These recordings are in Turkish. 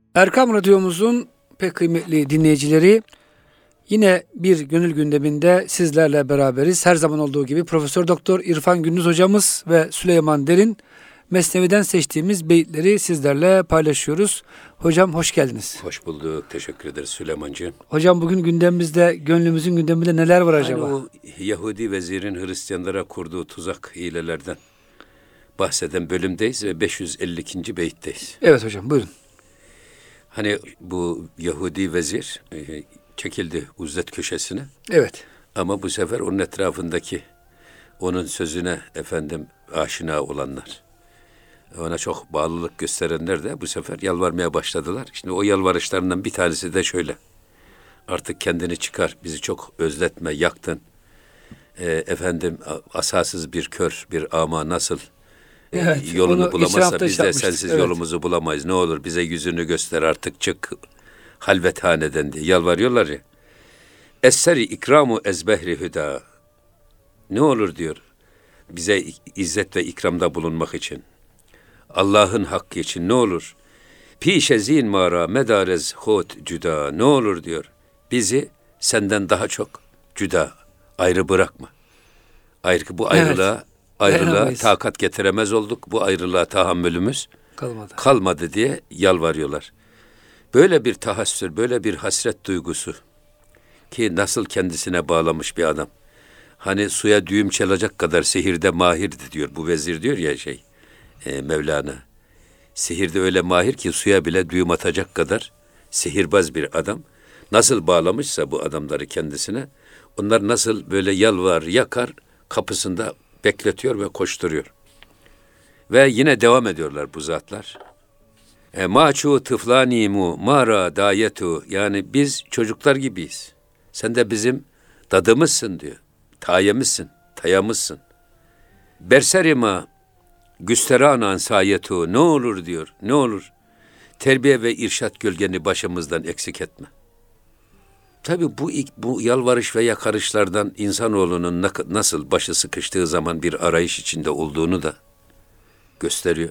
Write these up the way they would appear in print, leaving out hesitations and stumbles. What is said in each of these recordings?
Erkam Radyomuzun pek kıymetli dinleyicileri, yine bir gönül gündeminde sizlerle beraberiz. Her zaman olduğu gibi Profesör Doktor İrfan Gündüz hocamız ve Süleyman Derin Mesnevi'den seçtiğimiz beyitleri sizlerle paylaşıyoruz. Hocam hoş geldiniz. Hoş bulduk. Teşekkür ederiz Süleymancığım. Hocam bugün gündemimizde, gönlümüzün gündeminde neler var acaba? O Yahudi vezirin Hristiyanlara kurduğu tuzak hilelerden bahseden bölümdeyiz ve 552. beyitteyiz. Evet hocam, buyurun. Hani bu Yahudi vezir çekildi uzlet köşesine. Evet. Ama bu sefer onun etrafındaki, onun sözüne aşina olanlar, ona çok bağlılık gösterenler de bu sefer yalvarmaya başladılar. Şimdi o yalvarışlarından bir tanesi de şöyle: artık kendini çıkar, bizi çok özletme, yaktın. Asasız bir kör, bir ama nasıl yolunu bulamazsa biz de sensiz yolumuzu bulamayız. Ne olur bize yüzünü göster, artık çık halvethaneden diye yalvarıyorlar ya. Esseri ikramu ezbehri hüda. Ne olur diyor, bize izzet ve ikramda bulunmak için, Allah'ın hakkı için ne olur. Pişezin mara medarez hot cüda. Ne olur diyor, bizi senden daha çok cüda, ayrı bırakma. Bu ayrılığa takat getiremez olduk. Bu ayrılığa tahammülümüz kalmadı diye yalvarıyorlar. Böyle bir tahassür, böyle bir hasret duygusu ki nasıl kendisine bağlamış bir adam. Hani suya düğüm çalacak kadar sihirde mahirdi diyor. Bu vezir diyor ya Mevlana. Sihirde öyle mahir ki suya bile düğüm atacak kadar sihirbaz bir adam. Nasıl bağlamışsa bu adamları kendisine, onlar nasıl böyle yalvar yakar kapısında bekletiyor ve koşturuyor. Ve yine devam ediyorlar bu zatlar. Maçu tıflanimu mara dayetu, yani biz çocuklar gibiyiz. Sen de bizim dadımızsın diyor. Tayemizsin, tayamızsın. Berserima güsteranan sayetu, ne olur diyor, ne olur. Terbiye ve irşat gölgeni başımızdan eksik etme. Tabii bu yalvarış ve yakarışlardan insanoğlunun nasıl başı sıkıştığı zaman bir arayış içinde olduğunu da gösteriyor.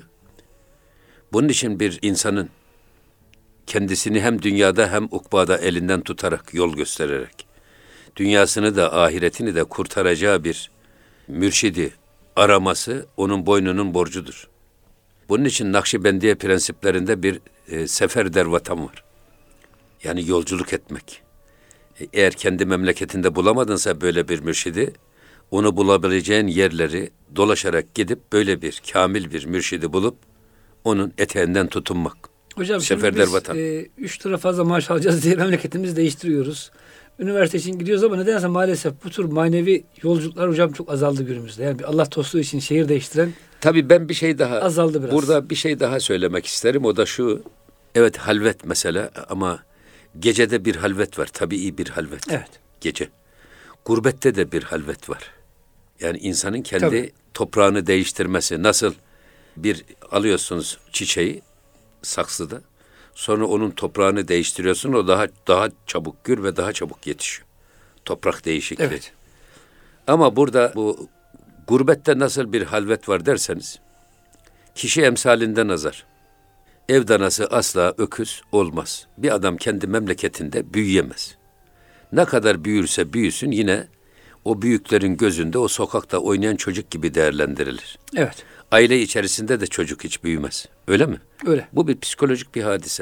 Bunun için bir insanın kendisini hem dünyada hem ukbada elinden tutarak, yol göstererek, dünyasını da ahiretini de kurtaracağı bir mürşidi araması onun boynunun borcudur. Bunun için Nakşibendiye prensiplerinde bir sefer dervatan var. Yani yolculuk etmek. Eğer kendi memleketinde bulamadınsa böyle bir mürşidi, onu bulabileceğin yerleri dolaşarak gidip böyle bir kamil bir mürşidi bulup onun eteğinden tutunmak. Hocam şimdi biz 3 lira fazla maaş alacağız diye memleketimizi değiştiriyoruz. Üniversite için gidiyoruz ama nedense maalesef bu tür manevi yolculuklar hocam çok azaldı günümüzde. Yani Allah dostluğu için şehir değiştiren tabii ben bir şey daha azaldı biraz. Burada bir şey daha söylemek isterim. O da şu: evet, halvet mesela, ama gecede bir halvet var. Tabii bir halvet. Evet. Gece. Gurbette de bir halvet var. Yani insanın kendi toprağını değiştirmesi. Nasıl bir alıyorsunuz çiçeği saksıda, sonra onun toprağını değiştiriyorsun, o daha çabuk gür ve daha çabuk yetişiyor. Toprak değişikliği. Evet. Ama burada bu gurbette nasıl bir halvet var derseniz, kişi emsalinden azar. Ev danası asla öküz olmaz. Bir adam kendi memleketinde büyüyemez. Ne kadar büyürse büyüsün yine o büyüklerin gözünde o sokakta oynayan çocuk gibi değerlendirilir. Evet. Aile içerisinde de çocuk hiç büyümez. Öyle mi? Öyle. Bu bir psikolojik bir hadise.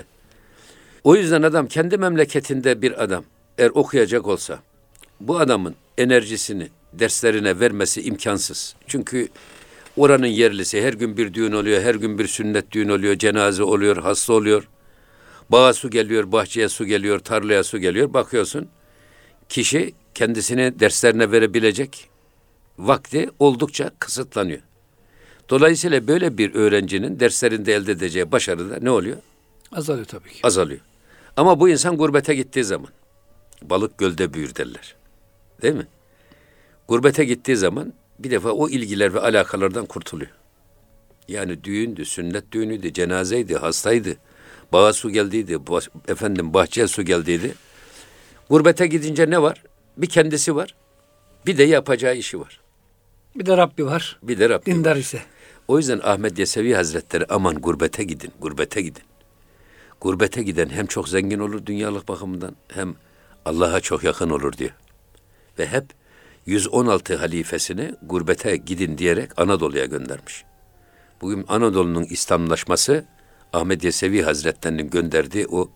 O yüzden adam kendi memleketinde bir adam eğer okuyacak olsa, bu adamın enerjisini derslerine vermesi imkansız. Çünkü oranın yerlisi, her gün bir düğün oluyor, her gün bir sünnet düğün oluyor, cenaze oluyor, hasta oluyor. Bağa su geliyor, bahçeye su geliyor, tarlaya su geliyor. Bakıyorsun, kişi kendisini derslerine verebilecek vakti oldukça kısıtlanıyor. Dolayısıyla böyle bir öğrencinin derslerinde elde edeceği başarı da ne oluyor? Azalıyor tabii ki. Azalıyor. Ama bu insan gurbete gittiği zaman, balık gölde büyür derler. Değil mi? Gurbete gittiği zaman bir defa o ilgiler ve alakalardan kurtuluyor. Yani düğündü, sünnet düğünüydü, cenazeydi, hastaydı, bağa su geldiydi, bahçeye su geldiydi. Gurbete gidince ne var? Bir kendisi var, bir de yapacağı işi var. Bir de Rabbi var. Bir de Rabbi dindar var. ise. O yüzden Ahmed Yesevi Hazretleri, aman gurbete gidin, gurbete gidin. Gurbete giden hem çok zengin olur dünyalık bakımından hem Allah'a çok yakın olur diyor. Ve hep 116 halifesini gurbete gidin diyerek Anadolu'ya göndermiş. Bugün Anadolu'nun İslamlaşması Ahmed Yesevi Hazretlerinin gönderdiği o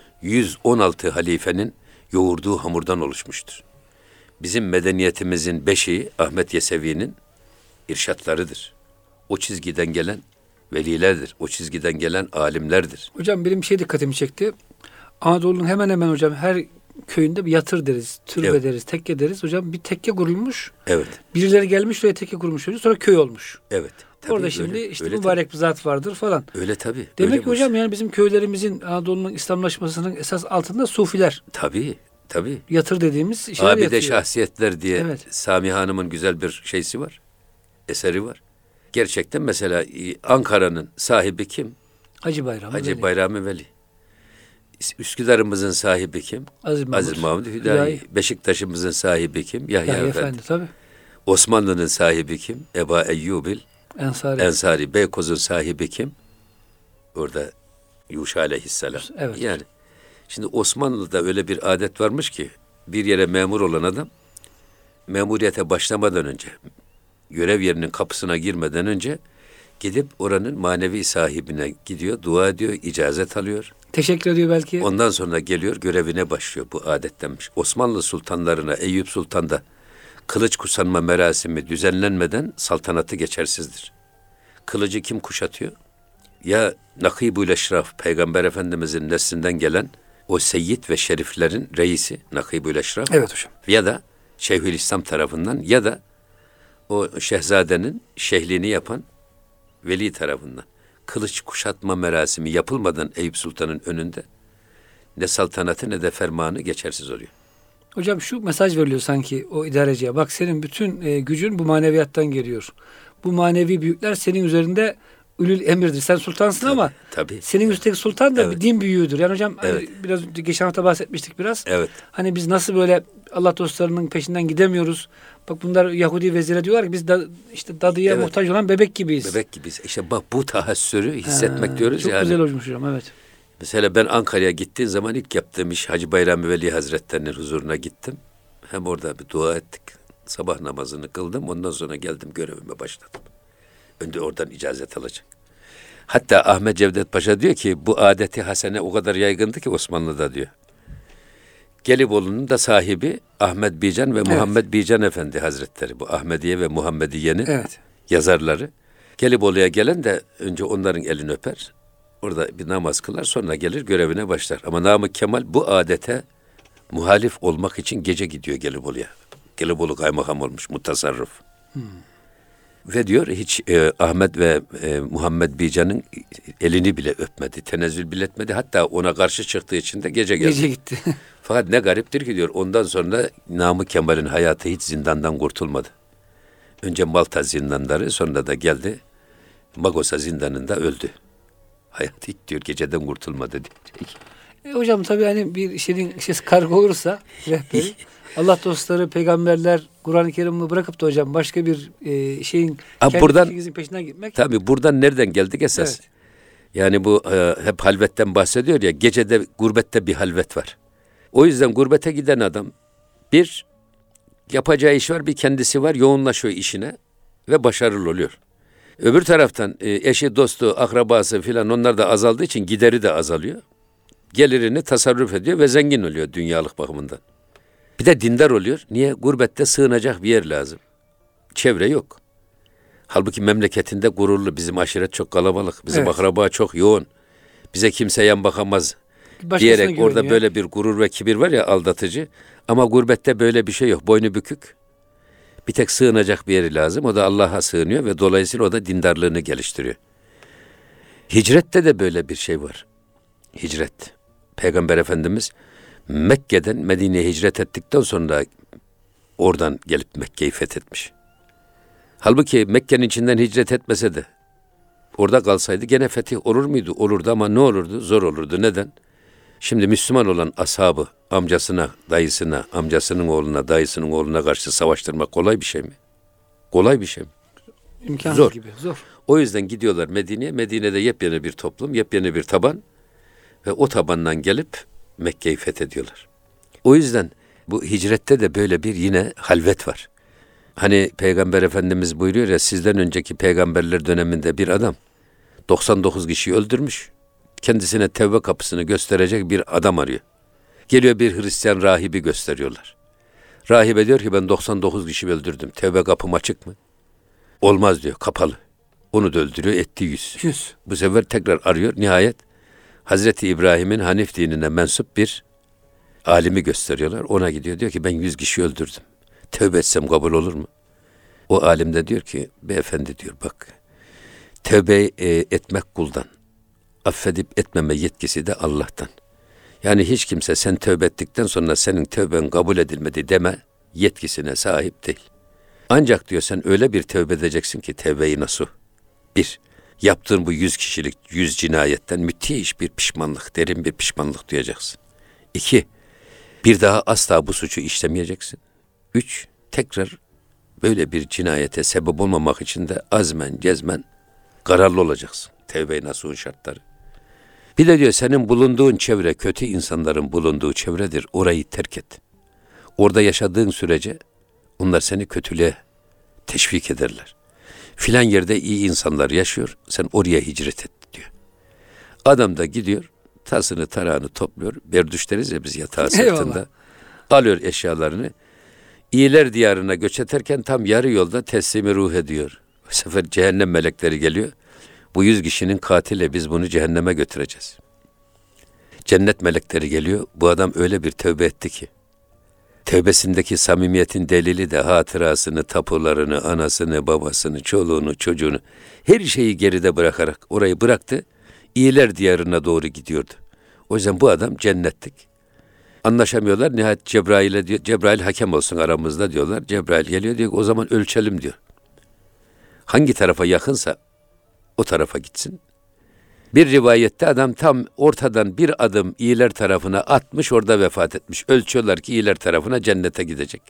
116 halifenin yoğurduğu hamurdan oluşmuştur. Bizim medeniyetimizin beşiği Ahmet Yesevi'nin irşatlarıdır. O çizgiden gelen velilerdir. O çizgiden gelen alimlerdir. Hocam benim bir şey dikkatimi çekti. Anadolu'nun hemen hemen hocam her köyünde bir yatır deriz, türbe deriz, tekke deriz. Hocam bir tekke kurulmuş. Evet. Birileri gelmiş oraya tekke kurmuş. Sonra köy olmuş. Evet. Tabii orada şimdi öyle, işte öyle mübarek bir zat vardır falan. Öyle tabii. Demek öyle ki hocam yani bizim köylerimizin Anadolu'nun İslamlaşmasının esas altında sufiler. Tabii. Yatır dediğimiz şeyler Abide yatıyor. şahsiyetler diye Sami Hanım'ın güzel bir şeysi var. Eseri var. Gerçekten mesela Ankara'nın sahibi kim? Hacı Bayram Veli. Bayrami Veli. Üsküdar'ımızın sahibi kim? Aziz Mahmud Hüdayi. Beşiktaş'ımızın sahibi kim? Yahya Efendi. Tabii. Osmanlı'nın sahibi kim? Eba Eyyubil Ensari. Beykoz'un sahibi kim? Orada Yuşa Aleyhisselam. Evet. Yani şimdi Osmanlı'da öyle bir adet varmış ki bir yere memur olan adam memuriyete başlamadan önce görev yerinin kapısına girmeden önce gidip oranın manevi sahibine gidiyor, dua ediyor, icazet alıyor. Teşekkür ediyor belki. Ondan sonra geliyor, görevine başlıyor. Bu adettenmiş. Osmanlı sultanlarına, Eyüp Sultan'da kılıç kuşanma merasimi düzenlenmeden saltanatı geçersizdir. Kılıcı kim kuşatıyor? Ya Nakib-ül Eşraf, Peygamber Efendimizin neslinden gelen o seyyid ve şeriflerin reisi Nakib-ül Eşraf. Evet hocam. Ya da Şeyhülislam tarafından ya da o şehzadenin şehliğini yapan veli tarafından. Kılıç kuşatma merasimi yapılmadan Eyüp Sultan'ın önünde ne saltanatı ne de fermanı geçersiz oluyor. Hocam şu mesaj veriliyor sanki o idareciye. Bak senin bütün gücün bu maneviyattan geliyor. Bu manevi büyükler senin üzerinde ülül emirdir. Sen sultansın ama senin üstteki sultan da bir din büyüğüdür. Yani hocam hani biraz geçen hafta bahsetmiştik biraz. Evet. Hani biz nasıl böyle Allah dostlarının peşinden gidemiyoruz. Bak bunlar Yahudi vezire diyorlar ki biz işte dadıya muhtaç olan bebek gibiyiz. Bebek gibiyiz. İşte bak bu tahassürü hissetmek diyoruz çok yani. Çok güzel olmuş hocam, evet. Mesela ben Ankara'ya gittiğim zaman ilk yaptığım iş Hacı Bayrami Veli Hazretleri'nin huzuruna gittim. Hem orada bir dua ettik. Sabah namazını kıldım. Ondan sonra geldim görevime başladım. Önce oradan icazet alacak. Hatta Ahmet Cevdet Paşa diyor ki bu adeti hasene o kadar yaygındı ki Osmanlı'da diyor. Gelibolu'nun da sahibi Ahmet Bican ve Muhammed Bican Efendi Hazretleri. Bu Ahmediye ve Muhammediye'nin yazarları. Gelibolu'ya gelen de önce onların elini öper. Orada bir namaz kılar, sonra gelir görevine başlar. Ama Namık Kemal bu adete muhalif olmak için gece gidiyor Gelibolu'ya. Gelibolu kaymakam olmuş, mutasarrıf. Ve diyor hiç Ahmet ve Muhammed Bican'ın elini bile öpmedi, tenezzül bile etmedi. Hatta ona karşı çıktığı için de gece geldi. Gece gitti. Fakat ne gariptir ki diyor ondan sonra Namık Kemal'in hayatı hiç zindandan kurtulmadı. Önce Malta zindanları, sonra da geldi Magosa zindanında öldü. Hayat hiç diyor geceden kurtulmadı diyor. Hocam tabii hani bir şeyin kargo olursa rehberi Allah dostları, peygamberler, Kur'an-ı Kerim'i bırakıp da hocam başka bir şeyin kendi peşinden gitmek. Tabii buradan nereden geldik esas? Evet. Yani bu hep halvetten bahsediyor ya, gecede gurbette bir halvet var. O yüzden gurbete giden adam bir yapacağı iş var, bir kendisi var, yoğunlaşıyor işine ve başarılı oluyor. Öbür taraftan eşi, dostu, akrabası filan onlar da azaldığı için gideri de azalıyor. Gelirini tasarruf ediyor ve zengin oluyor dünyalık bakımından. Bir de dindar oluyor. Niye? Gurbette sığınacak bir yer lazım. Çevre yok. Halbuki memleketinde gururlu. Bizim aşiret çok kalabalık. Bizim akraba çok yoğun. Bize kimse yan bakamaz diyerek orada böyle bir gurur ve kibir var ya, aldatıcı. Ama gurbette böyle bir şey yok. Boynu bükük. Bir tek sığınacak bir yeri lazım. O da Allah'a sığınıyor ve dolayısıyla o da dindarlığını geliştiriyor. Hicrette de böyle bir şey var. Hicret. Peygamber Efendimiz Mekke'den Medine'ye hicret ettikten sonra oradan gelip Mekke'yi fethetmiş. Halbuki Mekke'nin içinden hicret etmese de orada kalsaydı gene fetih olur muydu? Olurdu ama ne olurdu? Zor olurdu. Neden? Şimdi Müslüman olan ashabı amcasına, dayısına, amcasının oğluna, dayısının oğluna karşı savaştırmak kolay bir şey mi? Kolay bir şey mi? İmkansız zor. Gibi, zor. O yüzden gidiyorlar Medine'ye. Medine'de yepyeni bir toplum, yepyeni bir taban Ve o tabandan gelip Mekke'yi fethediyorlar. O yüzden bu hicrette de böyle bir yine halvet var. Hani Peygamber Efendimiz buyuruyor ya, sizden önceki peygamberler döneminde bir adam 99 kişiyi öldürmüş. Kendisine tevbe kapısını gösterecek bir adam arıyor. Geliyor, bir Hristiyan rahibi gösteriyorlar. Rahibe diyor ki ben 99 kişi öldürdüm. Tevbe kapım açık mı? Olmaz diyor, kapalı. Onu da öldürüyor, etti 100. Bu sefer tekrar arıyor. Nihayet Hazreti İbrahim'in Hanif dinine mensup bir alimi gösteriyorlar. Ona gidiyor, diyor ki ben 100 kişi öldürdüm. Tevbe etsem kabul olur mu? O alim de diyor ki beyefendi diyor, bak tevbe etmek kuldan. Affedip etmeme yetkisi de Allah'tan. Yani hiç kimse sen tövbe ettikten sonra senin tövben kabul edilmedi deme yetkisine sahip değil. Ancak diyor sen öyle bir tövbe edeceksin ki tevbe-i nasuh. 1. Yaptığın bu 100 kişilik 100 cinayetten müthiş bir pişmanlık, derin bir pişmanlık duyacaksın. 2. Bir daha asla bu suçu işlemeyeceksin. 3. Tekrar böyle bir cinayete sebep olmamak için de azmen, cezmen kararlı olacaksın. Tevbe-i nasuh'un şartları. Bir de diyor senin bulunduğun çevre kötü insanların bulunduğu çevredir. Orayı terk et. Orada yaşadığın sürece onlar seni kötülüğe teşvik ederler. Filan yerde iyi insanlar yaşıyor. Sen oraya hicret et diyor. Adam da gidiyor. Tasını tarağını topluyor. Berdüş deriz ya biz, yatağı sırtında. Alıyor eşyalarını. İyiler diyarına göç ederken tam yarı yolda teslimi ruh ediyor. Bu sefer cehennem melekleri geliyor. Bu 100 kişinin katili, biz bunu cehenneme götüreceğiz. Cennet melekleri geliyor. Bu adam öyle bir tövbe etti ki. Tövbesindeki samimiyetin delili de hatırasını, tapularını, anasını, babasını, çoluğunu, çocuğunu, her şeyi geride bırakarak orayı bıraktı. İyiler diyarına doğru gidiyordu. O yüzden bu adam cennetlik. Anlaşamıyorlar. Nihayet Cebrail'e diyor, Cebrail hakem olsun aramızda diyorlar. Cebrail geliyor, diyor o zaman ölçelim diyor. Hangi tarafa yakınsa o tarafa gitsin. Bir rivayette adam tam ortadan bir adım iyiler tarafına atmış, orada vefat etmiş. Ölçüyorlar ki iyiler tarafına, cennete gidecek.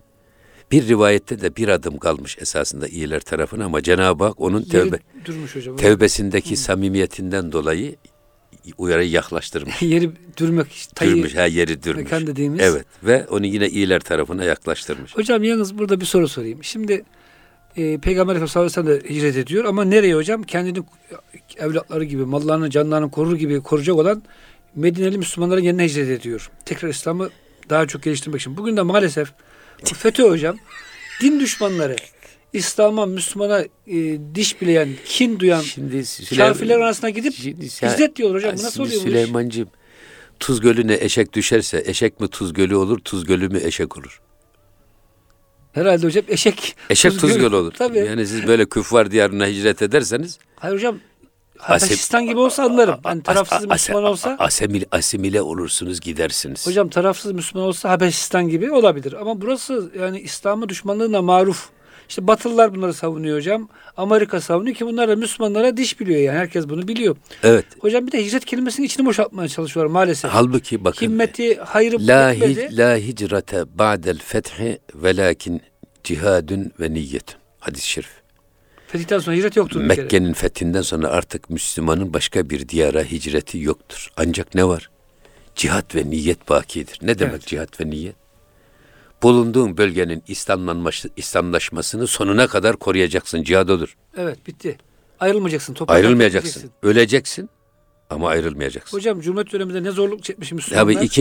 Bir rivayette de bir adım kalmış esasında iyiler tarafına ama Cenab-ı Hak onun tevbesindeki samimiyetinden dolayı uyarıyı yaklaştırmış. Yeri dürmek. Yeri dürmüş. Mekan dediğimiz. Evet ve onu yine iyiler tarafına yaklaştırmış. Hocam yalnız burada bir soru sorayım. Şimdi Peygamber Efendimiz sallallahu aleyhi ve sellem de hicret ediyor ama nereye hocam? Kendini evlatları gibi, mallarını, canlarını korur gibi koruyacak olan Medineli Müslümanların yerine hicret ediyor. Tekrar İslam'ı daha çok geliştirmek için. Bugün de maalesef FETÖ hocam din düşmanları, İslam'a, Müslümana diş bileyen, kin duyan kafirler arasına gidip hicret diyorlar hocam. Bu nasıl oluyor bu iş? Süleymancığım, Tuz Gölü'ne eşek düşerse eşek mi Tuz Gölü olur, Tuz Gölü mü eşek olur? Herhalde hocam eşek Tuz Gölü olur. Tabii. Yani siz böyle küffar diyarına hicret ederseniz. Hayır hocam, Habeşistan gibi olsa anlarım. Yani tarafsız Müslüman olsa. Asimile olursunuz, gidersiniz. Hocam tarafsız Müslüman olsa Habeşistan gibi olabilir. Ama burası yani İslam'ın düşmanlığına maruf. İşte Batılılar bunları savunuyor hocam. Amerika savunuyor ki bunlar da Müslümanlara diş biliyor yani. Herkes bunu biliyor. Evet. Hocam bir de hicret kelimesinin içini boşaltmaya çalışıyorlar maalesef. Halbuki bakın. Himmeti, hayrı la hicrete ba'del fethi velakin cihadun ve niyyet. Hadis-i şerif. Fetihten sonra hicret yoktur. Mekke'nin fethinden sonra artık Müslümanın başka bir diyara hicreti yoktur. Ancak ne var? Cihat ve niyet bakidir. Ne demek cihat ve niyet? Bulunduğun bölgenin İslamlaşmasını sonuna kadar koruyacaksın. Cihad odur. Evet, bitti. Ayrılmayacaksın. Ayrılmayacaksın. Öleceksin ama ayrılmayacaksın. Hocam Cumhuriyet döneminde ne zorluk çekmiş Müslümanlar. Tabii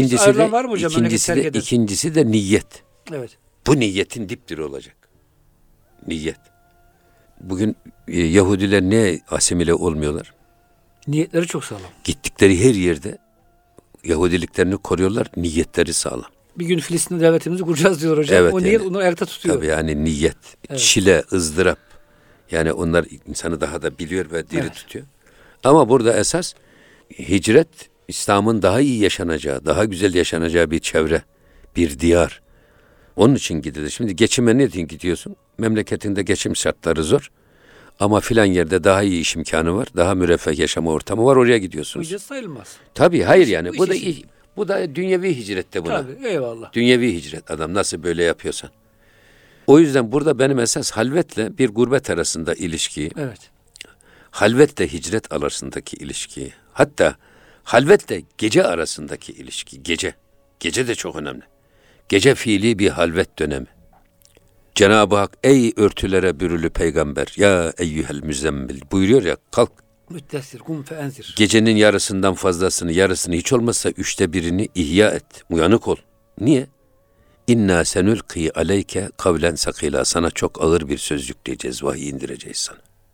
ikincisi de niyet. Evet. Bu niyetin dipdiri olacak. Niyet. Bugün Yahudiler ne asimile olmuyorlar? Niyetleri çok sağlam. Gittikleri her yerde Yahudiliklerini koruyorlar, niyetleri sağlam. Bir gün Filistin devletimizi kuracağız diyor hocam. Evet, o niyet onları ayakta tutuyor. Tabii yani niyet, çile, ızdırap. Yani onlar insanı daha da biliyor ve diri tutuyor. Ama burada esas hicret, İslam'ın daha iyi yaşanacağı, daha güzel yaşanacağı bir çevre, bir diyar. Onun için gidilir. Şimdi geçime ne için gidiyorsun? Memleketinde geçim şartları zor. Ama filan yerde daha iyi iş imkanı var. Daha müreffeh yaşama ortamı var. Oraya gidiyorsunuz. Hicret sayılmaz. Tabii hayır yani. Bu da dünyevi hicrette buna. Tabii eyvallah. Dünyevi hicret adam nasıl böyle yapıyorsan. O yüzden burada benim esas halvetle bir gurbet arasında ilişki. Evet. Halvetle hicret arasındaki ilişki. Hatta Halvetle gece arasındaki ilişki, gece. Gece de çok önemli. Gece fiili bir halvet dönemi. Cenab-ı Hak ey örtülere bürülü peygamber ya eyyühel müzzemmil buyuruyor ya, kalk. Müddessir kum fe enzir. Gecenin yarısından fazlasını, yarısını, hiç olmazsa 1/3'ünü ihya et. Uyanık ol. Niye? İnna senülki aleyke kavlen sakila. Sana çok ağır bir söz yükleyeceğiz, vahiy indireceğiz sana.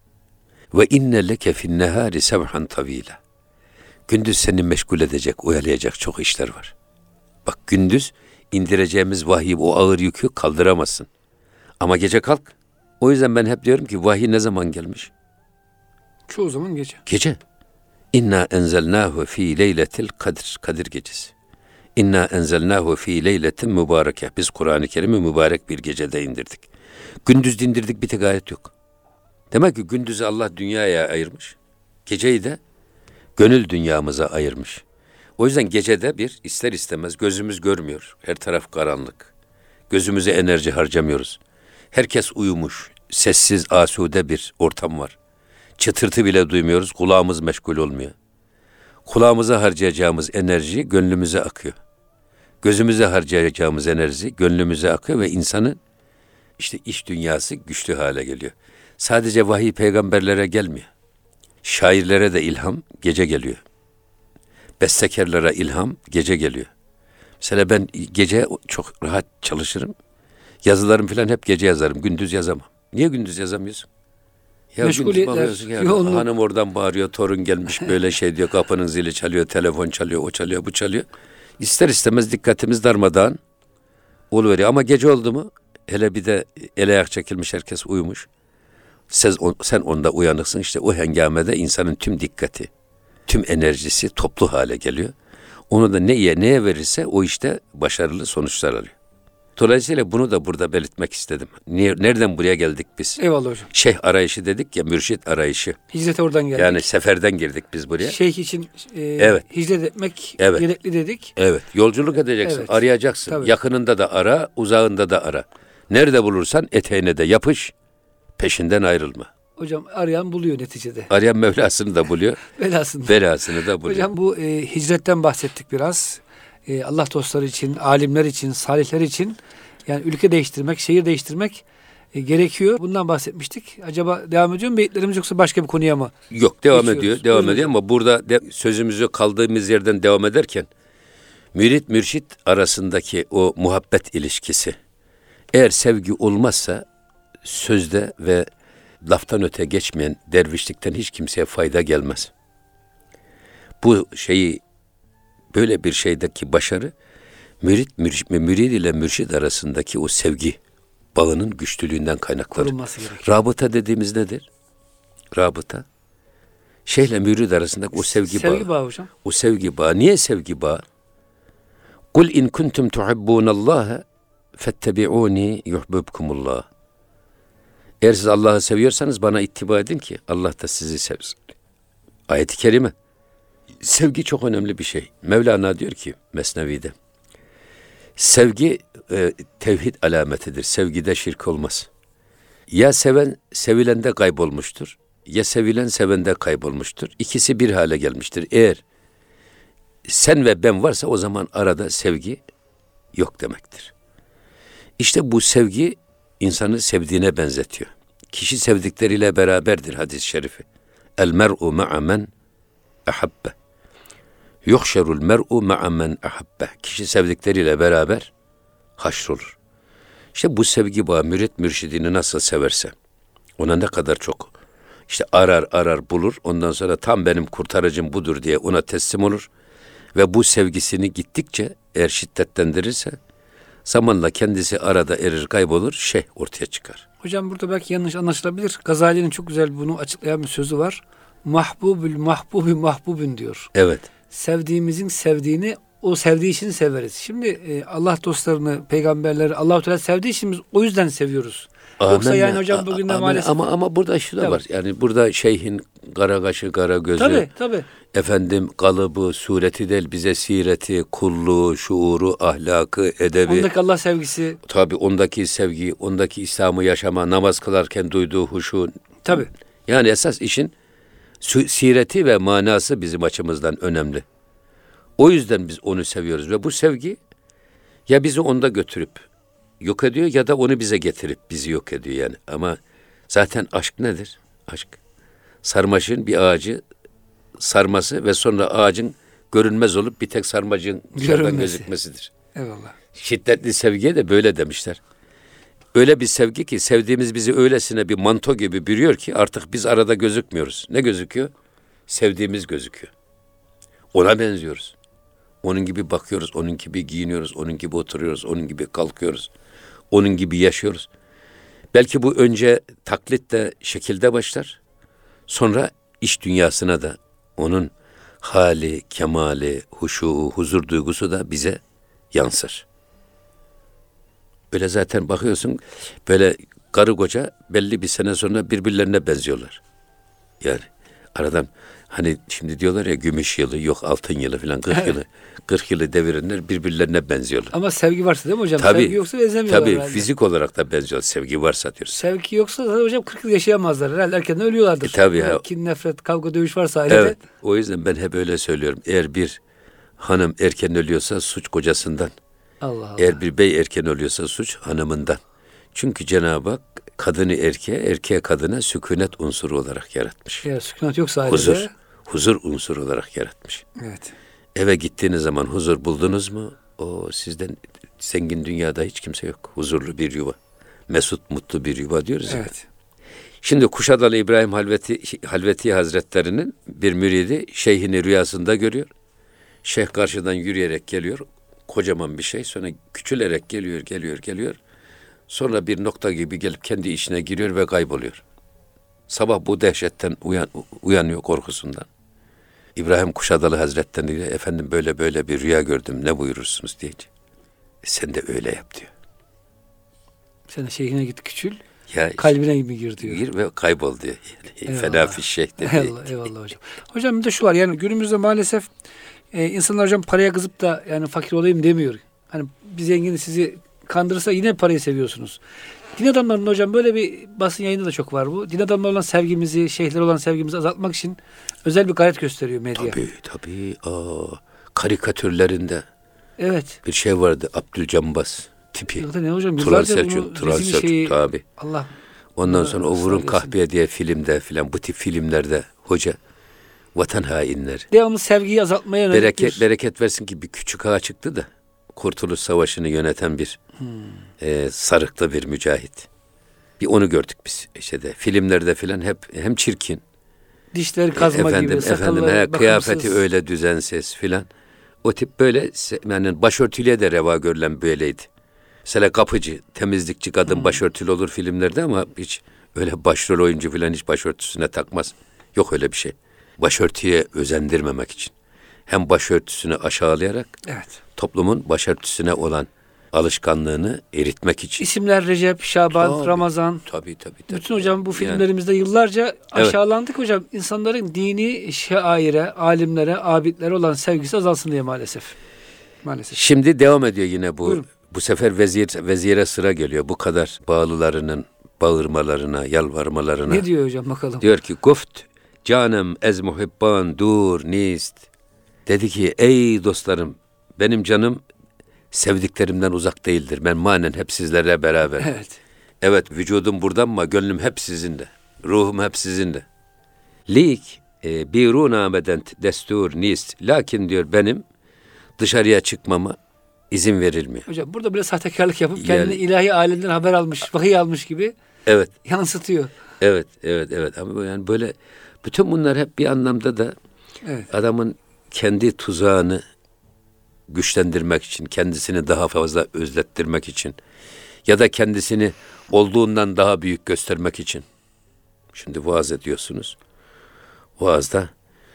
Ve inne leke fin nehari sebhan tavila. Gündüz seni meşgul edecek, oyalayacak çok işler var. Bak, gündüz indireceğimiz vahiy, o ağır yükü kaldıramazsın. Ama gece kalk. O yüzden ben hep diyorum ki vahiy ne zaman gelmiş? Çoğu zaman gece. Gece. İnna enzelnahu fi leyletil kadir. Kadir gecesi. İnna enzelnahu fi leyletin mübareke. Biz Kur'an-ı Kerim'i mübarek bir gecede indirdik. Gündüz indirdik, bir tek ayet yok. Demek ki gündüzü Allah dünyaya ayırmış. Geceyi de gönül dünyamıza ayırmış. O yüzden gecede bir ister istemez gözümüz görmüyor. Her taraf karanlık. Gözümüze enerji harcamıyoruz. Herkes uyumuş. Sessiz, asude bir ortam var. Çıtırtı bile duymuyoruz. Kulağımız meşgul olmuyor. Kulağımıza harcayacağımız enerji gönlümüze akıyor. Gözümüze harcayacağımız enerji gönlümüze akıyor ve insanın işte iç dünyası güçlü hale geliyor. Sadece vahiy peygamberlere gelmiyor. Şairlere de ilham gece geliyor. Bestekarlara ilham gece geliyor. Mesela ben gece çok rahat çalışırım. Yazılarım falan hep gece yazarım. Gündüz yazamam. Niye gündüz yazamıyorsun? Ya meşguliyetler, yoğunluk. Hanım oradan bağırıyor, torun gelmiş böyle şey diyor, kapının zili çalıyor, telefon çalıyor, o çalıyor, bu çalıyor. İster istemez dikkatimiz darmadağın oluveriyor. Ama gece oldu mu, hele bir de el ayak çekilmiş, herkes uyumuş. Sen onda uyanıksın, işte o hengamede insanın tüm dikkati, tüm enerjisi toplu hale geliyor. Onu da neye verirse o işte başarılı sonuçlar alıyor. Dolayısıyla bunu da burada belirtmek istedim. Nereden buraya geldik biz? Eyvallah hocam. Şeyh arayışı dedik ya, mürşit arayışı. Hicrete oradan geldik. Yani seferden girdik biz buraya. Şeyh için Evet. hicret etmek Evet. gerekli dedik. Evet, yolculuk edeceksin, Evet. arayacaksın. Tabii. Yakınında da ara, uzağında da ara. Nerede bulursan eteğine de yapış, peşinden ayrılma. Hocam arayan buluyor neticede. Arayan Mevlasını da buluyor, Belasını. belasını da buluyor. Hocam bu hicretten bahsettik biraz. Allah dostları için, alimler için, salihler için yani ülke değiştirmek, şehir değiştirmek gerekiyor. Bundan bahsetmiştik. Acaba devam ediyor mu beyitlerimiz yoksa başka bir konuya mı? Yok, devam Geçiyoruz. ediyor, devam Buyurun ediyor hocam. ama burada sözümüzü kaldığımız yerden devam ederken mürit mürşit arasındaki o muhabbet ilişkisi, eğer sevgi olmazsa sözde ve laftan öte geçmeyen dervişlikten hiç kimseye fayda gelmez. Bu böyle bir şeydeki başarı mürid ile mürşid arasındaki o sevgi bağının güçlülüğünden kaynaklanır. Korunması gerekiyor. Rabıta dediğimiz nedir? Rabıta. Şeyhle mürid arasındaki o sevgi bağı. Sevgi bağı hocam. O sevgi bağı. Niye sevgi bağı? Kul in kuntum tuhibbunallaha fettebi'uni yuhibbukumullah. Eğer siz Allah'ı seviyorsanız bana ittiba edin ki Allah da sizi sevsin. Ayet-i kerime. Sevgi çok önemli bir şey. Mevlana diyor ki Mesnevi'de, sevgi tevhid alametidir. Sevgide şirk olmaz. Ya seven sevilende kaybolmuştur, ya sevilen sevende kaybolmuştur. İkisi bir hale gelmiştir. Eğer sen ve ben varsa o zaman arada sevgi yok demektir. İşte bu sevgi insanı sevdiğine benzetiyor. Kişi sevdikleriyle beraberdir hadis-i şerifi. El mer'u ma'a men ahabbe. Yuhşerul mer'u ma'a men ahabbe. Kişi sevdikleriyle beraber haşrolur. İşte bu sevgi bağı mürit mürşidini nasıl severse, ona ne kadar çok işte arar bulur, ondan sonra tam benim kurtarıcım budur diye ona teslim olur ve bu sevgisini gittikçe eğer şiddetlendirirse zamanla kendisi arada erir, kaybolur, ortaya çıkar. Hocam burada belki yanlış anlaşılabilir. Gazali'nin çok güzel bunu açıklayan bir sözü var. Mahbubül mahbubi mahbubün diyor. Evet. Sevdiğimizin sevdiğini o sevdiği için severiz. Şimdi Allah dostlarını, peygamberleri Allah-u Teala sevdiği için biz o yüzden seviyoruz. Yoksa Amenna. yani hocam bugün de maalesef. Ama burada şu da Tabii. var. Yani burada şeyhin kara kaşı, kara gözü, Tabii. efendim kalıbı, sureti değil, bize sireti, kulluğu, şuuru, ahlakı, edebi. Ondaki Allah sevgisi. Tabii ondaki sevgi, ondaki İslam'ı yaşama, namaz kılarken duyduğu huşu. Tabii. Yani esas işin sireti ve manası bizim açımızdan önemli. O yüzden biz onu seviyoruz ve bu sevgi ya bizi onda götürüp yok ediyor ya da onu bize getirip bizi yok ediyor yani. Ama zaten aşk nedir? Aşk. Sarmaşığın bir ağacı sarması ve sonra ağacın görünmez olup bir tek sarmacığın dışarıdan gözükmesidir. Eyvallah. Şiddetli sevgiye de böyle demişler. Öyle bir sevgi ki sevdiğimiz bizi öylesine bir manto gibi bürüyor ki artık biz arada gözükmüyoruz. Ne gözüküyor? Sevdiğimiz gözüküyor. Ona benziyoruz. Onun gibi bakıyoruz, onun gibi giyiniyoruz, onun gibi oturuyoruz, onun gibi kalkıyoruz. Onun gibi yaşıyoruz. Belki bu önce taklitle, şekilde başlar. Sonra iç dünyasına da onun hali, kemali, huşu, huzur duygusu da bize yansır. Böyle zaten bakıyorsun böyle karı koca belli bir sene sonra birbirlerine benziyorlar. Yani aradan hani şimdi diyorlar ya gümüş yılı yok altın yılı falan 40 yılı 40 yılı devirenler birbirlerine benziyorlar. Ama sevgi varsa değil mi hocam? Tabii, sevgi yoksa benzemiyorlar tabii, herhalde. fizik olarak da benziyor. Sevgi varsa diyoruz. Sevgi yoksa da hocam 40 yıl yaşayamazlar. Herhalde erkenden ölüyorlardır. Tabii ya. Kin, nefret, kavga, dövüş varsa ailede. Evet. O yüzden ben hep öyle söylüyorum. Eğer bir hanım erken ölüyorsa suç kocasından. Allah Allah. Eğer bir bey erken ölüyorsa suç hanımından. Çünkü Cenab-ı Hak kadını erkeğe, erkeğe kadına sükunet unsuru olarak yaratmış. Eğer sükunet yoksa ailede. Huzur unsuru olarak yaratmış. Evet. Eve gittiğiniz zaman huzur buldunuz mu? O sizden zengin dünyada hiç kimse yok. Huzurlu bir yuva. Mesut, mutlu bir yuva diyoruz ya. Evet. Şimdi Kuşadalı İbrahim Halveti Hazretleri'nin bir müridi şeyhini rüyasında görüyor. Şeyh karşıdan yürüyerek geliyor. Kocaman bir şey. Sonra küçülerek geliyor. Sonra bir nokta gibi gelip kendi içine giriyor ve kayboluyor. Sabah bu dehşetten uyanıyor korkusundan. İbrahim Kuşadalı Hazretleri diyor, efendim böyle bir rüya gördüm ne buyurursunuz diyece. Sen de öyle yap diyor. Sen de şeyhine git küçül. Ya, Kalbine gibi gir diyor. Gir ve kaybol diyor. Fena fişşeh dedi. Eyvallah hocam. Hocam bir de şu var yani günümüzde maalesef insanlar hocam paraya kızıp da yani fakir olayım demiyor. Hani bir zengin sizi kandırırsa yine parayı seviyorsunuz. Din adamlarının hocam böyle bir basın yayında da çok var bu. Din adamları olan sevgimizi, şeyhlere olan sevgimizi azaltmak için özel bir gayret gösteriyor medya. Tabii. Karikatürlerinde Evet. bir şey vardı. Abdülcambaz tipi. Ya da ne hocam? Tural Selçuk tabii. Allah. Ondan sonra o Vurun Kahpeye diye filmde filan bu tip filmlerde hoca vatan hainleri. Devamlı sevgiyi azaltmaya yönelik Bereket versin ki bir küçük ağa çıktı da Kurtuluş Savaşı'nı yöneten bir sarıklı bir mücahit. Bir onu gördük biz işte de filmlerde filan hep hem çirkin. Dişleri kazma gibi, sakalları kıyafeti öyle düzensiz filan. O tip böyle yani başörtülüye de reva görülen böyleydi. Mesela kapıcı, temizlikçi kadın başörtülü olur filmlerde ama hiç öyle başrol oyuncu filan hiç başörtüsüne takmaz. Yok öyle bir şey. Başörtüye özendirmemek için. Hem başörtüsünü aşağılayarak toplumun başörtüsüne olan alışkanlığını eritmek için. İsimler Recep, Şaban, Ramazan. Tabii. Bütün hocam bu filmlerimizde yıllarca aşağılandık hocam. İnsanların dini şaire, alimlere, abidlere olan sevgisi azalsın diye maalesef. Şimdi devam ediyor yine bu. Buyurun. Bu sefer vezire sıra geliyor. Bu kadar bağlılarının bağırmalarına, yalvarmalarına. Ne diyor hocam bakalım? Diyor ki guft canım ez muhibban dur nist. Dedi ki ey dostlarım benim canım sevdiklerimden uzak değildir. Ben manen hep sizlerle beraber. Evet vücudum burada ama gönlüm hep sizinle. Ruhum hep sizinle. Lik biruna medent destur nist. Lakin diyor benim dışarıya çıkmama izin verilmiyor. Hocam burada bile sahtekarlık yapıp kendini ilahi alemden haber almış, vahiy almış gibi yansıtıyor. Evet. Ama yani böyle bütün bunlar hep bir anlamda da adamın kendi tuzağını güçlendirmek için, kendisini daha fazla özlettirmek için ya da kendisini olduğundan daha büyük göstermek için. Şimdi vaaz ediyorsunuz. Vaazda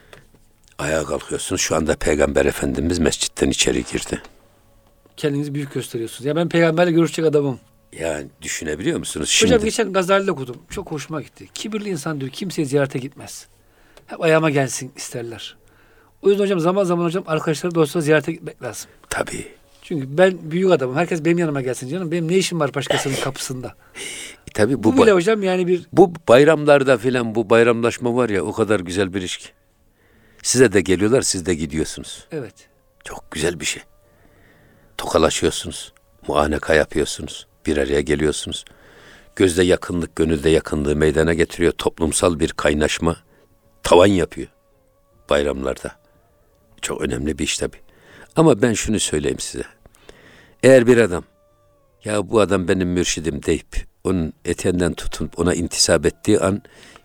ayağa kalkıyorsunuz. Şu anda Peygamber Efendimiz mescitten içeri girdi. Kendinizi büyük gösteriyorsunuz. Ya ben peygamberle görüşecek adamım. Yani düşünebiliyor musunuz şimdi? Hocam geçen Gazali'de okudum. Çok hoşuma gitti. Kibirli insan diyor kimseye ziyarete gitmez. Hep ayağıma gelsin isterler. O yüzden hocam zaman zaman hocam arkadaşları dostlara ziyarete gitmek lazım. Tabii. Çünkü ben büyük adamım. Herkes benim yanıma gelsin canım. Benim ne işim var başkasının kapısında? Tabii bu bile hocam yani bu bayramlarda filan bu bayramlaşma var ya o kadar güzel bir iş ki. Size de geliyorlar siz de gidiyorsunuz. Evet. Çok güzel bir şey. Tokalaşıyorsunuz. Muaneka yapıyorsunuz. Bir araya geliyorsunuz. Gözde yakınlık, gönülde yakınlığı meydana getiriyor. Toplumsal bir kaynaşma tavan yapıyor bayramlarda. Çok önemli bir iş tabii. Ama ben şunu söyleyeyim size. Eğer bir adam, ya bu adam benim mürşidim deyip onun eteğinden tutup ona intisap ettiği an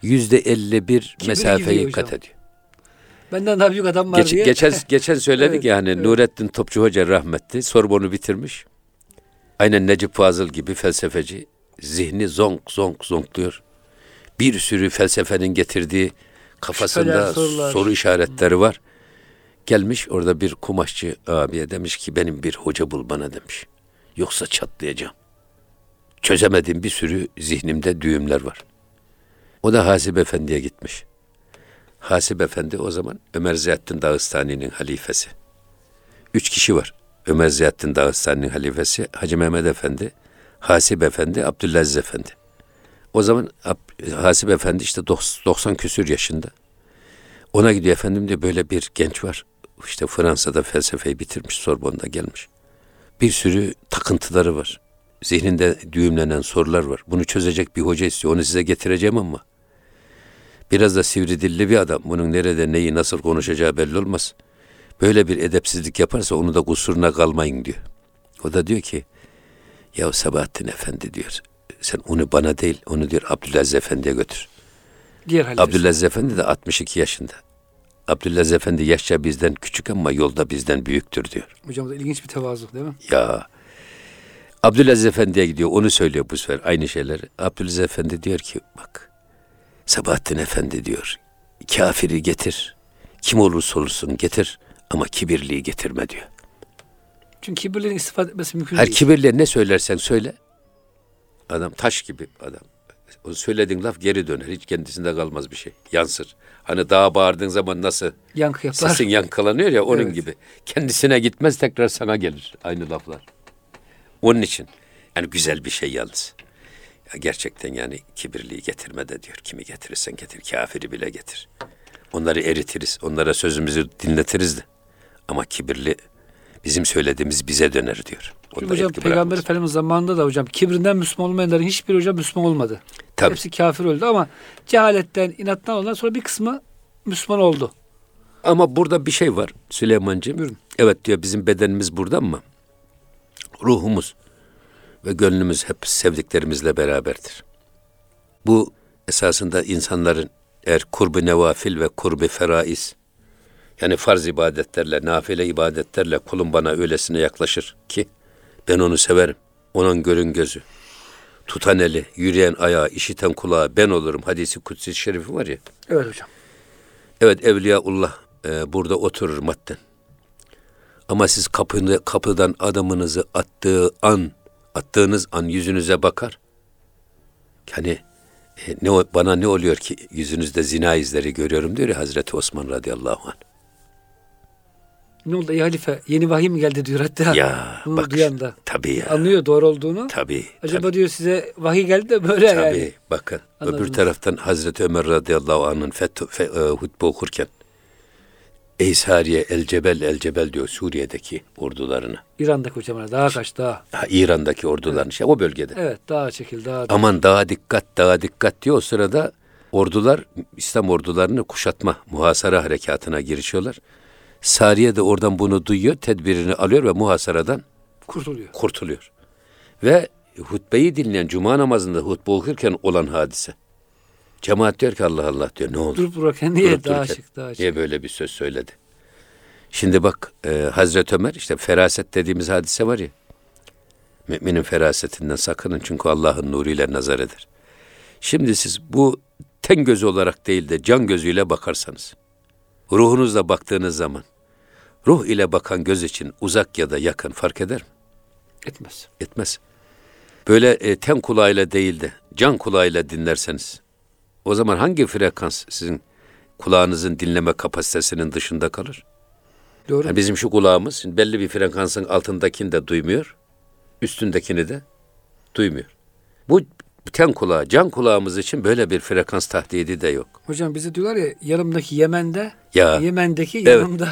%51 mesafeyi kat ediyor. Benden daha büyük adam var diye. Geçen söyledik evet, yani evet. Nurettin Topçu Hoca rahmetli Sorbon'u bitirmiş. Aynen Necip Fazıl gibi felsefeci. Zihni zonk zonkluyor. Bir sürü felsefenin getirdiği kafasında soru işaretleri var. Gelmiş orada bir kumaşçı abiye demiş ki benim bir hoca bul bana demiş. Yoksa çatlayacağım. Çözemediğim bir sürü zihnimde düğümler var. O da Hasip Efendi'ye gitmiş. Hasip Efendi o zaman Ömer Ziyaddin Dağıstani'nin halifesi. 3 kişi var. Ömer Ziyaddin Dağıstani'nin halifesi, Hacı Mehmet Efendi, Hasip Efendi, Abdülaziz Efendi. O zaman Hasip Efendi işte 90 küsür yaşında. Ona gidiyor, efendim diyor, böyle bir genç var. İşte Fransa'da felsefeyi bitirmiş, Sorbon'da gelmiş. Bir sürü takıntıları var. Zihninde düğümlenen sorular var. Bunu çözecek bir hoca istiyor. Onu size getireceğim ama biraz da sivri dilli bir adam. Bunun nerede neyi nasıl konuşacağı belli olmaz. Böyle bir edepsizlik yaparsa onu da kusuruna kalmayın diyor. O da diyor ki ya Sabahattin Efendi diyor. Sen onu bana değil, onu diyor Abdülaziz Efendi'ye götür. Abdülaziz Efendi de 62 yaşında. Abdülaziz Efendi yaşça bizden küçük ama yolda bizden büyüktür diyor. Hocam da ilginç bir tevazu değil mi? Ya Abdülaziz Efendi'ye gidiyor, onu söylüyor bu sefer aynı şeyleri. Abdülaziz Efendi diyor ki bak Sabahattin Efendi diyor kafiri getir. Kim olursa olsun getir ama kibirliği getirme diyor. Çünkü kibirliğin istifade etmesi mümkün değil. Her kibirle ne söylersen söyle. Adam taş gibi adam. O söylediğin laf geri döner. Hiç kendisinde kalmaz bir şey. Yansır. Hani dağa bağırdığın zaman nasıl yankı yapar. Sesin yankılanıyor ya onun evet. gibi. Kendisine gitmez, tekrar sana gelir aynı laflar. Onun için yani güzel bir şey yalnız. Ya gerçekten yani kibirliği getirme de diyor. Kimi getirirsen getir. Kafiri bile getir. Onları eritiriz. Onlara sözümüzü dinletiriz de. Ama kibirli bizim söylediğimiz bize döner diyor. Hocam Peygamber Efendimiz zamanında da hocam kibrinden Müslüman olmayanların hiçbir hocam Müslüman olmadı. Tabii. Hepsi kafir öldü ama cehaletten, inattan olanlar sonra bir kısmı Müslüman oldu. Ama burada bir şey var Süleymancığım. Buyurun. Evet diyor bizim bedenimiz burada ama ruhumuz ve gönlümüz hep sevdiklerimizle beraberdir. Bu esasında insanların eğer kurb-ı nevafil ve kurb-ı feraiz yani farz ibadetlerle, nafile ibadetlerle kulum bana öylesine yaklaşır ki ben onu severim. Onun görün gözü, tutan eli, yürüyen ayağı, işiten kulağı ben olurum. Hadisi kutsi şerifi var ya. Evet hocam. Evet Evliyaullah burada oturur madden. Ama siz kapıdan adımınızı attığınız an yüzünüze bakar. Yani bana ne oluyor ki yüzünüzde zina izleri görüyorum diyor ya Hazreti Osman radıyallahu anh. Ne oldu ey halife? Yeni vahiy mi geldi diyor hatta. Ya bunu bak duyan da. tabii ya. Anlıyor doğru olduğunu. Tabii. Acaba tabii. diyor size vahiy geldi de böyle tabii, yani. Tabii bakın. Anladınız. Öbür taraftan Hazreti Ömer radıyallahu anh'ın hutbe okurken ey Sariye el cebel diyor Suriye'deki ordularına. İran'daki hocam daha kaç daha. İran'daki orduların evet. O bölgede. Evet daha çekil daha. Aman daha dikkat diyor o sırada ordular İslam ordularını kuşatma muhasara harekatına girişiyorlar. Sariye de oradan bunu duyuyor, tedbirini alıyor ve muhasaradan kurtuluyor. Ve hutbeyi dinleyen cuma namazında hutbe okurken olan hadise. Cemaat diyor ki Allah Allah diyor ne oldu? Durup dururken niye daha şık. Niye böyle bir söz söyledi? Şimdi bak Hazreti Ömer işte feraset dediğimiz hadise var ya. Müminin ferasetinden sakının çünkü Allah'ın nuruyla nazar eder. Şimdi siz bu ten gözü olarak değil de can gözüyle bakarsanız, ruhunuzla baktığınız zaman, ruh ile bakan göz için uzak ya da yakın fark eder mi? Etmez. Böyle ten kulağıyla değil de can kulağıyla dinlerseniz, o zaman hangi frekans sizin kulağınızın dinleme kapasitesinin dışında kalır? Doğru. Yani bizim şu kulağımız belli bir frekansın altındakini de duymuyor, üstündekini de duymuyor. Bu ten kulağı, can kulağımız için böyle bir frekans tahdidi de yok. Hocam bize diyorlar ya yanımdaki Yemen'de, ya, Yemen'deki evet. yanımda.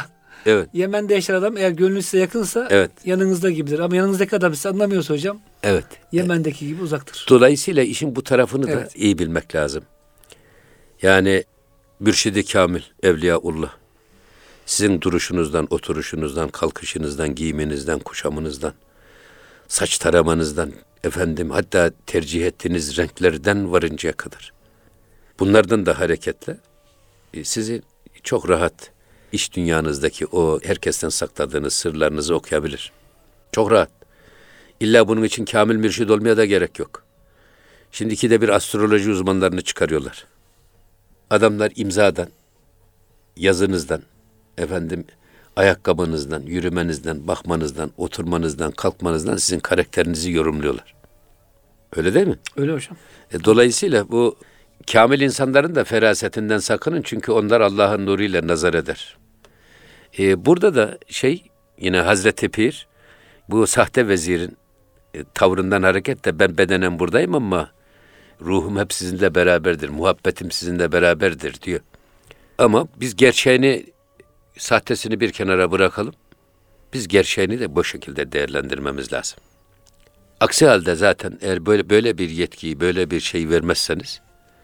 Evet. Yemen'de yaşayan adam eğer gönlünüz size yakınsa Evet. yanınızda gibidir. Ama yanınızdaki adam sizi anlamıyorsa hocam, Evet. Yemen'deki gibi uzaktır. Dolayısıyla işin bu tarafını da Evet. iyi bilmek lazım. Yani mürşidi kamil, evliyaullah. Sizin duruşunuzdan, oturuşunuzdan, kalkışınızdan, giyiminizden, kuşamınızdan, saç taramanızdan, hatta tercih ettiğiniz renklerden varıncaya kadar. Bunlardan da hareketle sizi çok rahat iş dünyanızdaki o herkesten sakladığınız sırlarınızı okuyabilir. Çok rahat. İlla bunun için kamil mürşid olmaya da gerek yok. Şimdiki de bir astroloji uzmanlarını çıkarıyorlar. Adamlar imzadan, yazınızdan, ayakkabınızdan, yürümenizden, bakmanızdan, oturmanızdan, kalkmanızdan sizin karakterinizi yorumluyorlar. Öyle değil mi? Öyle hocam. Dolayısıyla bu kamil insanların da ferasetinden sakının çünkü onlar Allah'ın nuruyla nazar eder. Burada da yine Hazreti Pir bu sahte vezirin tavrından hareketle ben bedenen buradayım ama ruhum hep sizinle beraberdir, muhabbetim sizinle beraberdir diyor. Ama biz gerçeğini, sahtesini bir kenara bırakalım. Biz gerçeğini de bu şekilde değerlendirmemiz lazım. Aksi halde zaten eğer böyle bir yetkiyi, böyle bir şey vermezseniz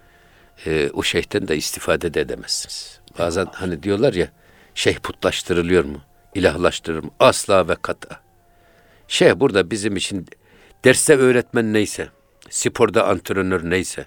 o şeyhten de istifade de edemezsiniz. Bazen hani diyorlar ya, şeyh putlaştırılıyor mu? İlahlaştırılır mı? Asla ve kata. Şeyh burada bizim için derste öğretmen neyse, sporda antrenör neyse,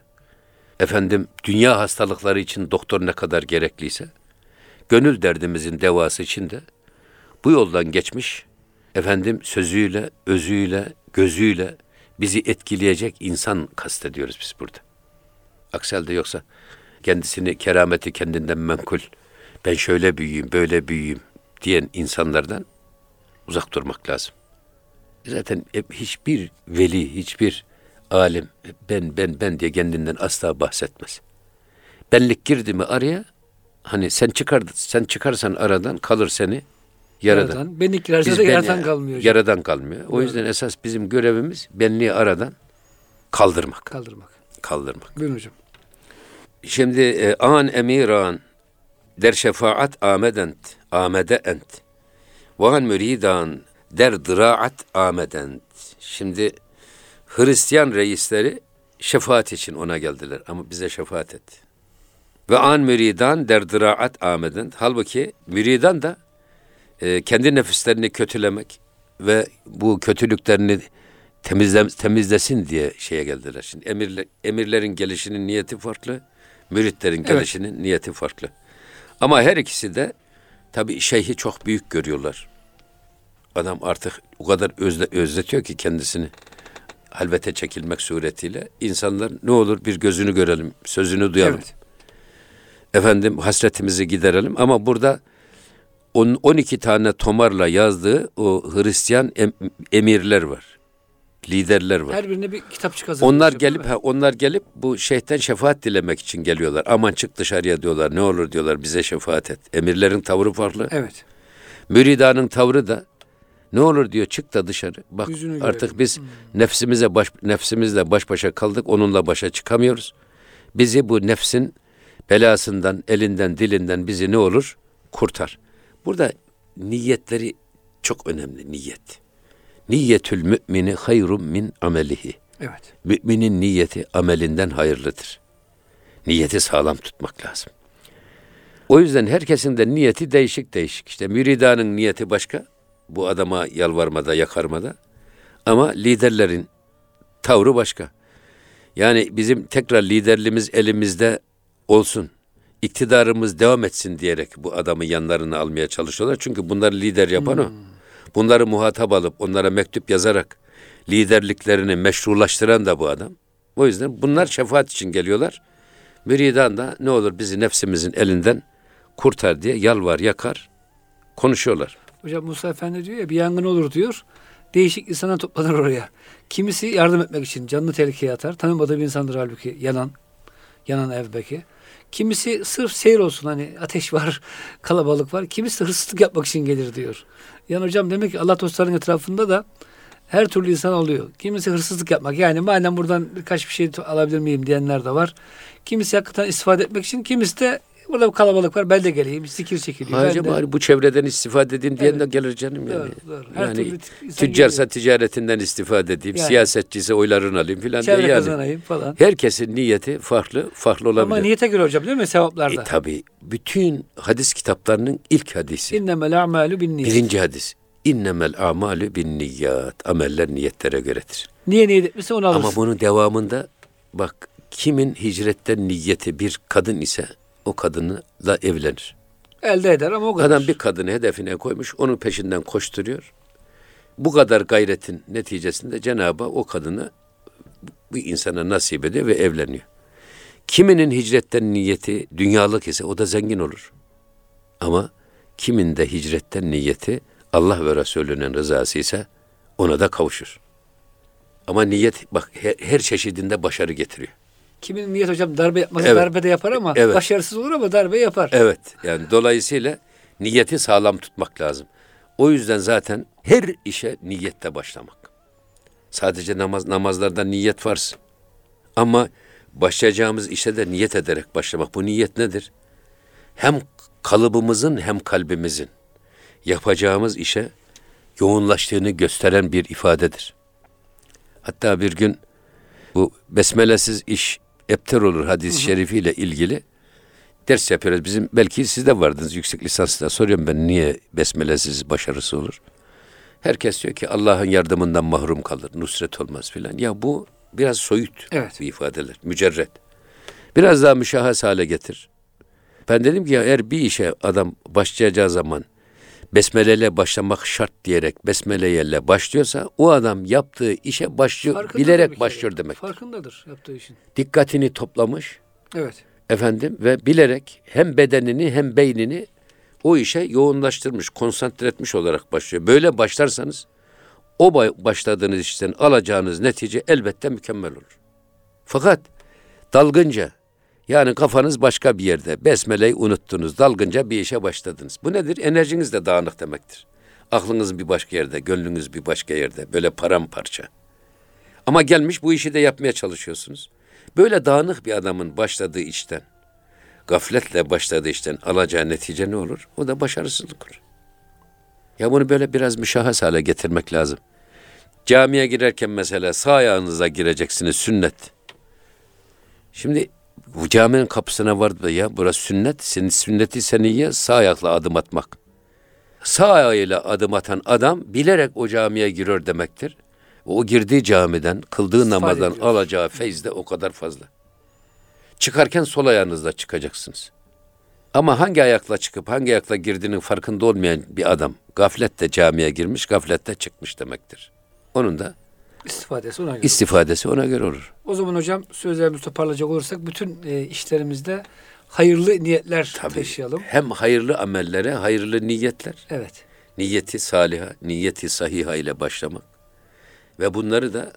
dünya hastalıkları için doktor ne kadar gerekliyse, gönül derdimizin devası için de bu yoldan geçmiş, sözüyle, özüyle, gözüyle bizi etkileyecek insan kastediyoruz biz burada. Aksi halde yoksa kendisini kerameti kendinden menkul, ben şöyle büyüyeyim, böyle büyüyeyim diyen insanlardan uzak durmak lazım. Zaten hiçbir veli, hiçbir alim ben diye kendinden asla bahsetmez. Benlik girdi mi araya, hani sen çıkarsan aradan kalır seni yaradan. Benlik girerse de yaradan kalmıyor hocam. Yaradan kalmıyor. O yüzden esas bizim görevimiz benliği aradan kaldırmak. Kaldırmak. Buyurun hocam. Şimdi an emiran der şefaat amede ent. Ve an müridan der dıraat amedent. Şimdi Hristiyan reisleri şefaat için ona geldiler ama bize şefaat et. Ve an müridan der dıraat amedent. Halbuki müridan da kendi nefislerini kötülemek ve bu kötülüklerini temizlesin diye şeye geldiler. Şimdi emirlerin gelişinin niyeti farklı, müritlerin gelişinin niyeti farklı. Ama her ikisi de tabii şeyhi çok büyük görüyorlar. Adam artık o kadar özletiyor ki kendisini halvete çekilmek suretiyle. İnsanlar ne olur bir gözünü görelim, sözünü duyalım. Evet. Hasretimizi giderelim. Ama burada 12 tane tomarla yazdığı o Hristiyan emirler var. Liderler var. Her birine bir kitapçık hazırlıyor. Onlar gelip bu şeyhten şefaat dilemek için geliyorlar. Aman çık dışarıya diyorlar. Ne olur diyorlar, bize şefaat et. Emirlerin tavrı farklı. Evet. Müridanın tavrı da ne olur diyor, çık da dışarı. Bak yüzünü artık görelim. biz nefsimizle baş başa kaldık. Onunla başa çıkamıyoruz. Bizi bu nefsin belasından, elinden, dilinden bizi ne olur? Kurtar. Burada niyetleri çok önemli, niyet. Niyetül mümini hayrun min amelihi. Evet. Müminin niyeti amelinden hayırlıdır. Niyeti sağlam tutmak lazım. O yüzden herkesin de niyeti değişik. İşte müridanın niyeti başka. Bu adama yalvarmada, yakarmada. Ama liderlerin tavrı başka. Yani bizim tekrar liderliğimiz elimizde olsun, iktidarımız devam etsin diyerek bu adamı yanlarına almaya çalışıyorlar. Çünkü bunları lider yapan o. Bunları muhatap alıp onlara mektup yazarak liderliklerini meşrulaştıran da bu adam. O yüzden bunlar şefaat için geliyorlar. Müridan da ne olur bizi nefsimizin elinden kurtar diye yalvar yakar konuşuyorlar. Hocam Musa Efendi diyor ya, bir yangın olur diyor. Değişik insanlar toplanır oraya. Kimisi yardım etmek için canını tehlikeye atar. Tanımadığı bir insandır halbuki yanan ev belki. Kimisi sırf seyir olsun, hani ateş var, kalabalık var. Kimisi de hırsızlık yapmak için gelir diyor. Yani hocam demek ki Allah dostlarının etrafında da her türlü insan oluyor. Kimisi hırsızlık yapmak, yani madem buradan birkaç bir şey alabilir miyim diyenler de var. Kimisi hakikaten istifade etmek için, kimisi de Burada bir kalabalık var. Ben de geleyim. Zikir çekiliyor. Ayrıca bari bu çevreden istifade edeyim diyen de gelir canım yani. Doğru. Her Yani türlü insan tüccarsa ticaretinden istifade edeyim, Yani. siyasetçiyse oylarını alayım filan diye çevre yani. kazanayım falan. Herkesin niyeti farklı olabilir. Ama niyete göre hocam değil mi sevaplarda? Tabii bütün hadis kitaplarının ilk hadisi. İnnemel a'malu binniyet. Birinci hadis. İnnemel a'malu binniyat. Ameller niyetlere göredir. Niye niyet etmişse onu alırsın. Ama bunun devamında bak kimin hicretten niyeti bir kadın ise o kadınla evlenir. Elde eder ama o kadar. Adam bir kadını hedefine koymuş, onun peşinden koşturuyor. Bu kadar gayretin neticesinde Cenab-ı Hak o kadını bu insana nasip ediyor ve evleniyor. Kiminin hicretten niyeti dünyalık ise o da zengin olur. Ama kimin de hicretten niyeti Allah ve Resulü'nün rızası ise ona da kavuşur. Ama niyet bak her çeşidinde başarı getiriyor. Kimin niyet hocam darbe yapması Evet. darbe de yapar ama Evet. başarısız olur ama darbe yapar. Evet yani dolayısıyla niyeti sağlam tutmak lazım. O yüzden zaten her işe niyetle başlamak. Sadece namazlarda niyet varsa. Ama başlayacağımız işe de niyet ederek başlamak. Bu niyet nedir? Hem kalıbımızın hem kalbimizin yapacağımız işe yoğunlaştığını gösteren bir ifadedir. Hatta bir gün bu besmelesiz iş epter olur hadis-i şerifiyle ilgili ders yapıyoruz. Bizim belki siz de vardınız yüksek lisansda. Soruyorum ben niye besmelesiz başarısı olur? Herkes diyor ki Allah'ın yardımından mahrum kalır. Nusret olmaz filan. Ya bu biraz soyut bir ifadeler. Mücerret. Biraz daha müşahhas hale getir. Ben dedim ki ya eğer bir işe adam başlayacağı zaman besmeleyle başlamak şart diyerek besmeleyle başlıyorsa o adam yaptığı işe başlıyor, Farkındadır bilerek başlıyor demek. Farkındadır yaptığı işin. Dikkatini toplamış. Evet. Efendim ve bilerek hem bedenini hem beynini o işe yoğunlaştırmış, konsantre etmiş olarak başlıyor. Böyle başlarsanız o başladığınız işten alacağınız netice elbette mükemmel olur. Fakat dalgınca yani kafanız başka bir yerde, besmeleyi unuttunuz, dalgınca bir işe başladınız. Bu nedir? Enerjiniz de dağınık demektir. Aklınız bir başka yerde, gönlünüz bir başka yerde, böyle paramparça. Ama gelmiş bu işi de yapmaya çalışıyorsunuz. Böyle dağınık bir adamın başladığı işten, gafletle başladığı işten alacağı netice ne olur? O da başarısızlık olur. Ya bunu böyle biraz müşahhas hale getirmek lazım. Camiye girerken mesela sağ ayağınıza gireceksiniz sünnet. Şimdi bu caminin kapısına vardı da ya burası sünnet, senin sünneti seniyye sağ ayakla adım atmak. Sağ ayağıyla adım atan adam bilerek o camiye giriyor demektir. O girdiği camiden, kıldığı namazdan alacağı feyz de o kadar fazla. Çıkarken sol ayağınızla çıkacaksınız. Ama hangi ayakla çıkıp hangi ayakla girdiğinin farkında olmayan bir adam gafletle camiye girmiş, gafletle çıkmış demektir. Onun da istifadesi ona göre olur. O zaman hocam sözlerimizi toparlayacak olursak bütün işlerimizde hayırlı niyetler taşıyalım. Hem hayırlı amellere, hayırlı niyetler. Evet. Niyeti saliha, niyeti sahiha ile başlamak. Ve bunları da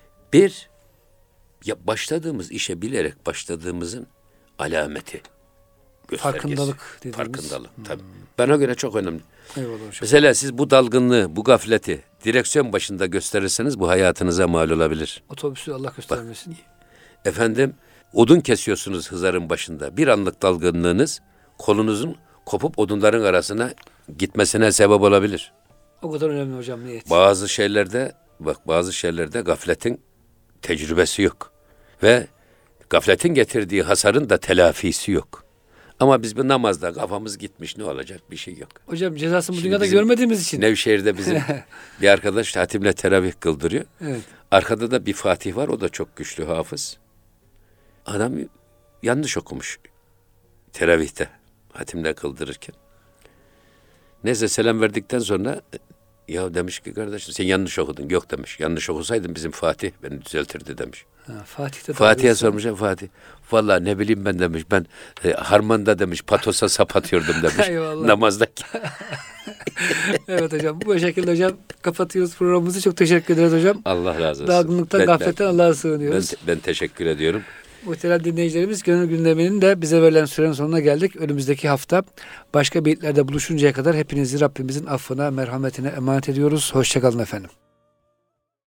başladığımız işe bilerek başladığımızın alameti. Farkındalık dediğimiz. Farkındalık tabii. Bana göre çok önemli. Eyvallah hocam. Mesela siz bu dalgınlığı, bu gafleti direksiyon başında gösterirseniz bu hayatınıza mal olabilir. Otobüsü Allah göstermesin. Efendim odun kesiyorsunuz hızarın başında. Bir anlık dalgınlığınız kolunuzun kopup odunların arasına gitmesine sebep olabilir. O kadar önemli hocam niyet. Bazı şeylerde gafletin tecrübesi yok. Ve gafletin getirdiği hasarın da telafisi yok. Ama biz bu namazda kafamız gitmiş ne olacak bir şey yok. Hocam cezasını bu dünyada görmediğimiz için. Nevşehir'de bizim bir arkadaş hatimle teravih kıldırıyor. Evet. Arkada da bir Fatih var o da çok güçlü hafız. Adam yanlış okumuş teravihte hatimle kıldırırken. Neyse selam verdikten sonra ya demiş ki kardeşim sen yanlış okudun. Yok demiş. Yanlış okusaydın bizim Fatih beni düzeltirdi demiş. Fatih'e sormuş Fatih. Vallahi ne bileyim ben demiş. Ben harmanda demiş patosa sap atıyordum demiş. Namazdaki. Evet hocam. Bu şekilde hocam kapatıyoruz programımızı. Çok teşekkür ederiz hocam. Allah razı olsun. Dağınıklıktan, gafletten Allah'a sığınıyoruz. Ben teşekkür ediyorum. Muhterem dinleyicilerimiz gönül gündeminin de bize verilen sürenin sonuna geldik. Önümüzdeki hafta başka beyitlerde buluşuncaya kadar hepinizi Rabbimizin affına, merhametine emanet ediyoruz. Hoşça kalın efendim.